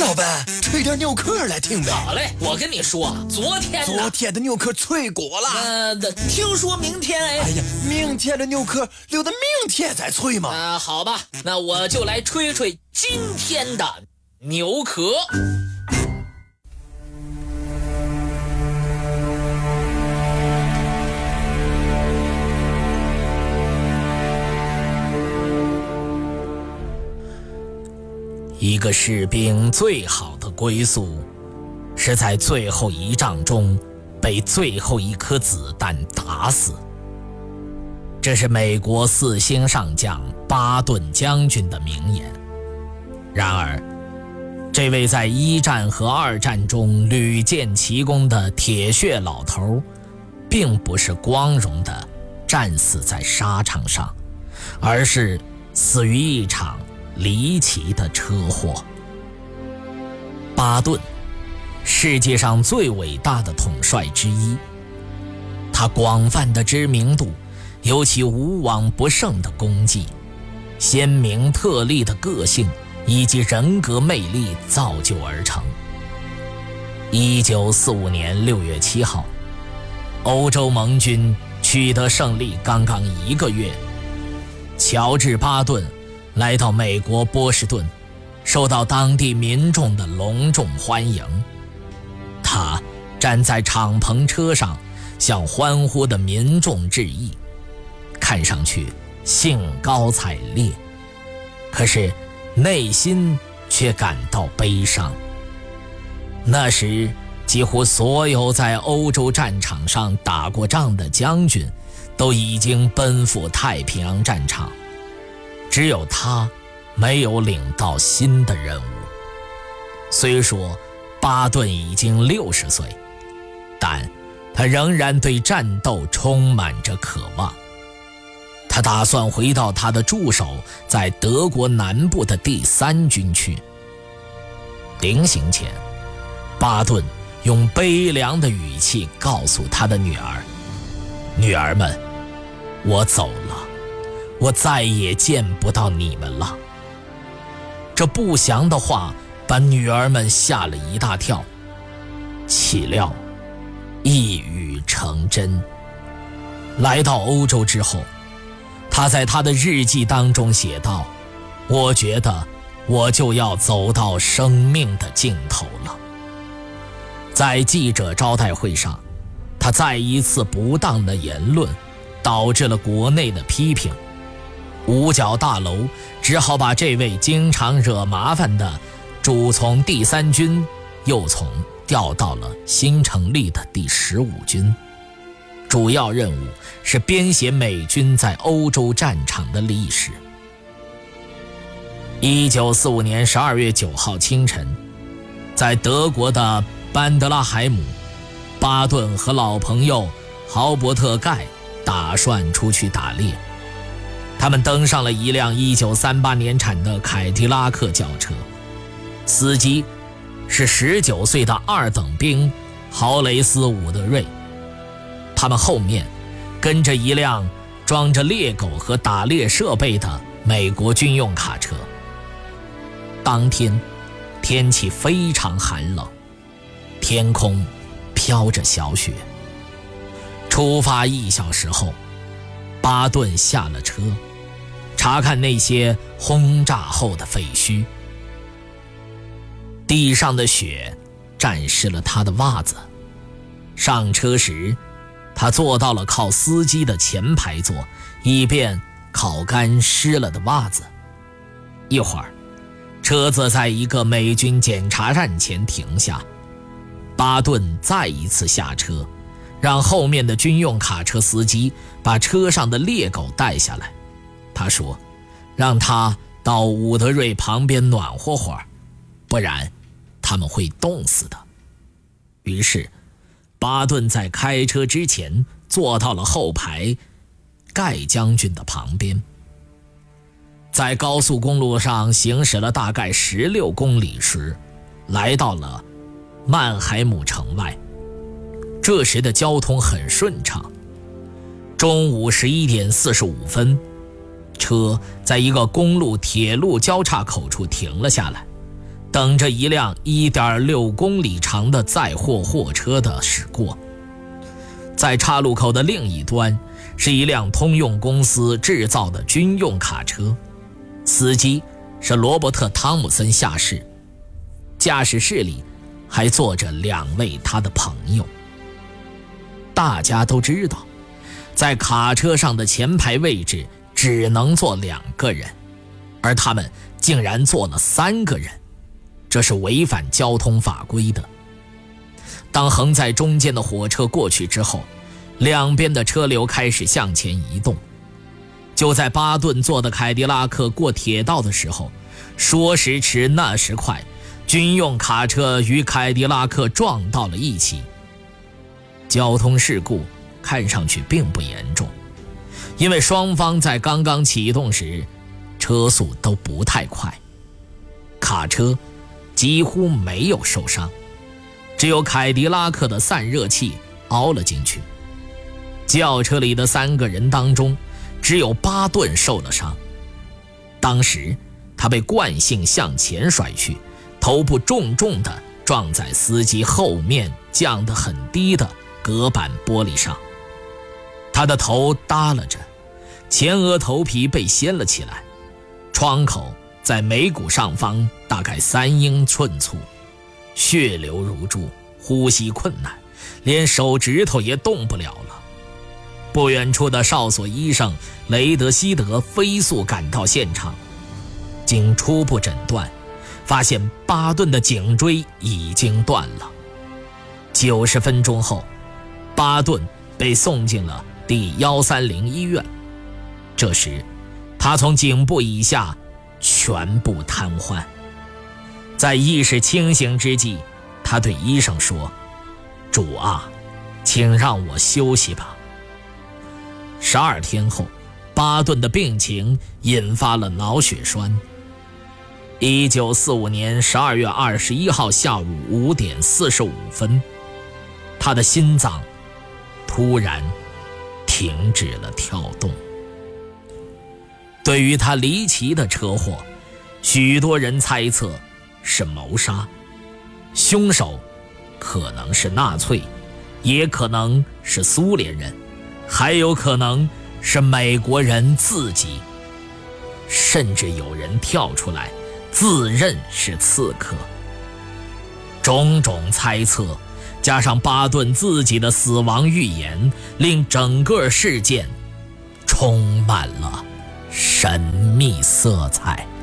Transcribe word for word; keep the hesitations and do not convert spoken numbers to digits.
老板，吹点牛壳来听呗。 好嘞，我跟你说，昨天昨天的牛壳脆果了。 呃，听说明天哎。 哎呀，明天的牛壳留到明天再吹嘛。 啊、呃，好吧，那我就来吹吹今天的牛壳。一个士兵最好的归宿，是在最后一仗中被最后一颗子弹打死。这是美国四星上将巴顿将军的名言。然而，这位在一战和二战中屡建奇功的铁血老头，并不是光荣的战死在沙场上，而是死于一场离奇的车祸。巴顿，世界上最伟大的统帅之一，他广泛的知名度由其无往不胜的功绩、鲜明特立的个性以及人格魅力造就而成。一九四五年六月七号，欧洲盟军取得胜利刚刚一个月，乔治·巴顿来到美国波士顿，受到当地民众的隆重欢迎。他站在敞篷车上，向欢呼的民众致意，看上去兴高采烈，可是内心却感到悲伤。那时，几乎所有在欧洲战场上打过仗的将军都已经奔赴太平洋战场，只有他没有领到新的任务。虽说巴顿已经六十岁，但他仍然对战斗充满着渴望。他打算回到他的驻守在德国南部的第三军区。临行前，巴顿用悲凉的语气告诉他的女儿：女儿们，我走了，我再也见不到你们了。这不祥的话把女儿们吓了一大跳，岂料一语成真。来到欧洲之后，他在他的日记当中写道：我觉得我就要走到生命的尽头了。在记者招待会上，他再一次不当的言论导致了国内的批评，五角大楼只好把这位经常惹麻烦的主从第三军又从调到了新成立的第十五军，主要任务是编写美军在欧洲战场的历史。一九四五年十二月九号清晨，在德国的班德拉海姆，巴顿和老朋友豪伯特·盖打算出去打猎。他们登上了一辆一九三八年产的凯迪拉克轿车，司机是十九岁的二等兵豪雷斯·伍德瑞。他们后面跟着一辆装着猎狗和打猎设备的美国军用卡车。当天天气非常寒冷，天空飘着小雪。出发一小时后，巴顿下了车，查看那些轰炸后的废墟。地上的雪沾湿了他的袜子。上车时，他坐到了靠司机的前排座，以便烤干湿了的袜子。一会儿，车子在一个美军检查站前停下，巴顿再一次下车，让后面的军用卡车司机把车上的猎狗带下来。他说，让他到伍德瑞旁边暖和会儿，不然他们会冻死的。于是巴顿在开车之前坐到了后排盖将军的旁边。在高速公路上行驶了大概十六公里时，来到了曼海姆城外。这时的交通很顺畅。中午十一点四十五分，车在一个公路铁路交叉口处停了下来， 等着一辆 一点六公里长的载货货车的驶过。在岔路口的另一端是一辆通用公司制造的军用卡车，司机是罗伯特·汤姆森下士，驾驶室里还坐着两位他的朋友。大家都知道，在卡车上的前排位置只能坐两个人，而他们竟然坐了三个人，这是违反交通法规的。当横在中间的火车过去之后，两边的车流开始向前移动。就在巴顿坐的凯迪拉克过铁道的时候，说时迟那时快，军用卡车与凯迪拉克撞到了一起。交通事故看上去并不严重，因为双方在刚刚启动时车速都不太快，卡车几乎没有受伤，只有凯迪拉克的散热器凹了进去。轿车里的三个人当中，只有巴顿受了伤。当时他被惯性向前甩去，头部重重地撞在司机后面降得很低的隔板玻璃上，他的头耷拉着，前额头皮被掀了起来，创口在眉骨上方大概三英寸粗，血流如注，呼吸困难，连手指头也动不了了。不远处的哨所医生雷德希德飞速赶到现场，经初步诊断，发现巴顿的颈椎已经断了。九十分钟后，巴顿被送进了第一三零医院。这时，他从颈部以下全部瘫痪。在意识清醒之际，他对医生说：“主啊，请让我休息吧。”十二天后，巴顿的病情引发了脑血栓。一九四五年十二月二十一号下午五点四十五分，他的心脏突然停止了跳动。对于他离奇的车祸，许多人猜测是谋杀，凶手可能是纳粹，也可能是苏联人，还有可能是美国人自己，甚至有人跳出来自认是刺客。种种猜测加上巴顿自己的死亡预言，令整个事件充满了神秘色彩。